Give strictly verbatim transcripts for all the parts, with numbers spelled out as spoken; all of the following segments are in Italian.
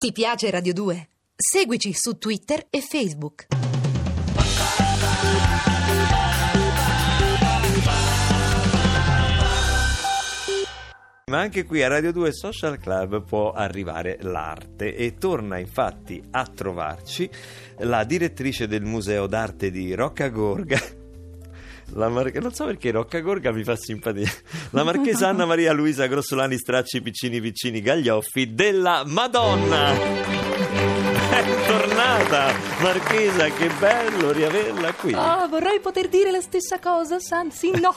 Ti piace Radio due? Seguici su Twitter e Facebook. Ma anche qui a Radio due Social Club può arrivare l'arte e torna infatti a trovarci la direttrice del Museo d'Arte di Roccagorga. La mar- non so perché Roccagorga mi fa simpatia. La marchesa Anna Maria Luisa Grossolani Stracci Piccini Piccini Gaglioffi della Madonna. È tornata, marchesa, che bello riaverla qui. Ah, vorrei poter dire la stessa cosa, San. Sì, no.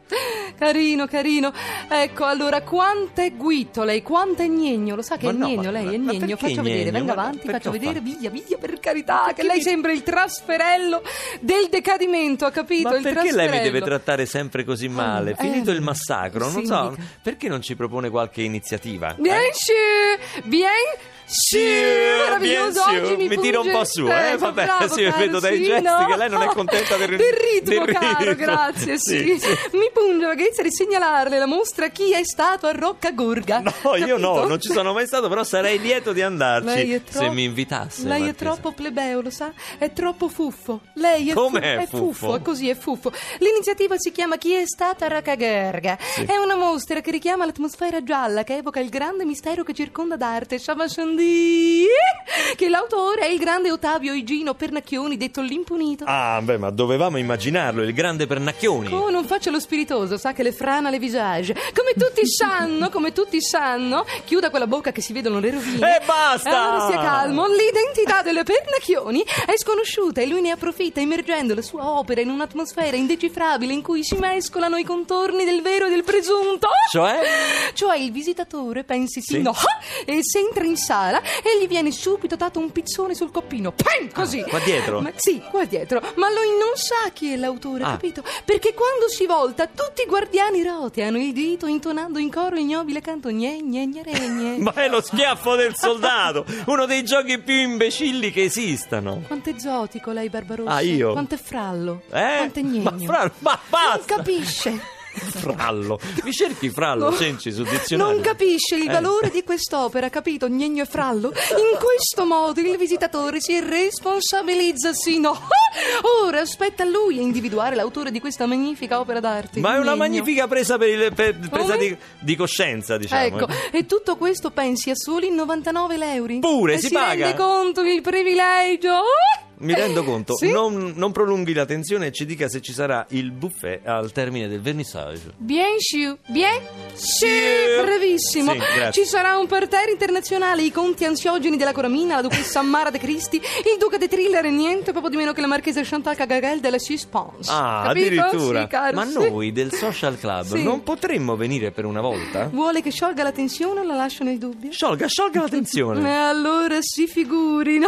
Carino, carino. Ecco, allora, quanto è guito lei, quanto è gnegno. Lo sa che Ma è no, gnegno ma- lei, è ma gnegno. perché Faccio vedere, gnegno? venga Ma avanti, perché faccio ho vedere, fatto? via, via, per carità, Perché che lei mi- sembra il trasferello del decadimento, ha capito? Ma il perché lei mi trasferello. deve trattare sempre così male? Eh, Finito eh, il massacro, non sì, so, mica. perché non ci propone qualche iniziativa? Bien Eh? sûr, bien sì, meraviglioso. bien sûr. Oggi mi, Mi tira un punge- po' su, eh, Eh, vabbè, bravo, sì, caro, vedo dai sì, gesti no? che lei non è contenta del ri- del ritmo, del caro, ritmo. grazie, sì. Sì, sì. Mi punge la vaghezza di segnalarle la mostra Chi è stato a Roccagorga. No, io no, Capito? non ci sono mai stato, però sarei lieto di andarci Lei è se troppo- mi invitasse. Lei è marchesa. troppo plebeo, lo sa? È troppo fuffo. Lei è, Come fu- è è fuffo? fuffo, è così, è fuffo. L'iniziativa si chiama Chi è stato a Roccagorga. È una mostra che richiama l'atmosfera gialla, che evoca il grande mistero che circonda d'arte Shabashandi, che l'autore è il grande Ottavio Igino Pernacchioni, detto l'impunito. Ah, beh, ma dovevamo immaginarlo, il grande Pernacchioni. Oh, non faccia lo spiritoso, sa che le frana le visage. Come tutti sanno, come tutti sanno, chiuda quella bocca che si vedono le rovine. E basta! Allora stia calmo, l'identità delle Pernacchioni è sconosciuta e lui ne approfitta immergendo la sua opera in un'atmosfera indecifrabile in cui si mescolano i contorni del vero e del presunto. Cioè? Cioè il visitatore pensi sì, Sì. no, e se entra in sala e gli viene subito dato un pizzone sul coppino. Pam, così. Ah, qua dietro? Ma, sì, qua dietro. Ma lui non sa chi è l'autore, Ah. capito? Perché quando si volta tutti i guardiani roteano il dito intonando in coro ignobile canto gne gne gne re, gne. Ma è lo schiaffo del soldato, uno dei giochi più imbecilli che esistano. Quanto è zotico lei, Barbarossa. Ah, io? Quanto è frallo. Eh? Quanto è gnegno. Ma, fra- ma basta! Non capisce. Frallo, mi cerchi frallo, Cenci, sul dizionario. Non capisce il Eh. valore di quest'opera, capito? Gnegno e frallo. In questo modo il visitatore si responsabilizza, sì, no. Ora aspetta a lui a individuare l'autore di questa magnifica opera d'arte. Ma è una Gnegno. magnifica presa, per il, per- presa Come? di, di coscienza, diciamo. Ecco, eh. e tutto questo pensi a soli novantanove euro. Pure, e si si paga? rende conto il privilegio? Mi rendo conto, Sì? non, non prolunghi la tensione e ci dica se ci sarà il buffet al termine del vernissage. Bien sûr, bien sûr, Sûr. bravissimo. Sì, grazie. Ci sarà un parterre internazionale, i conti ansiogeni della Coromina, la duchessa Mara de Cristi, il duca de Thriller e niente poco di meno che la marchesa Chantal Cagagal della Suspense. Ah, Capito? addirittura. Sì, caro, Ma sì. noi del Social Club Sì. non potremmo venire per una volta? Vuole che sciolga la tensione o la lascio nel dubbio? Sciolga, sciolga la E tensione. allora si figurino.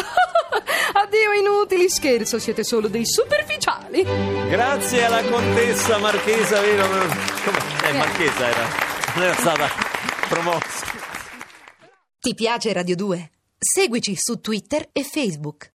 Addio inutili, scherzo, siete solo dei superficiali. Grazie alla contessa marchesa, vero? Come? Eh, marchesa era. Non era stata promossa. Ti piace Radio due? Seguici su Twitter e Facebook.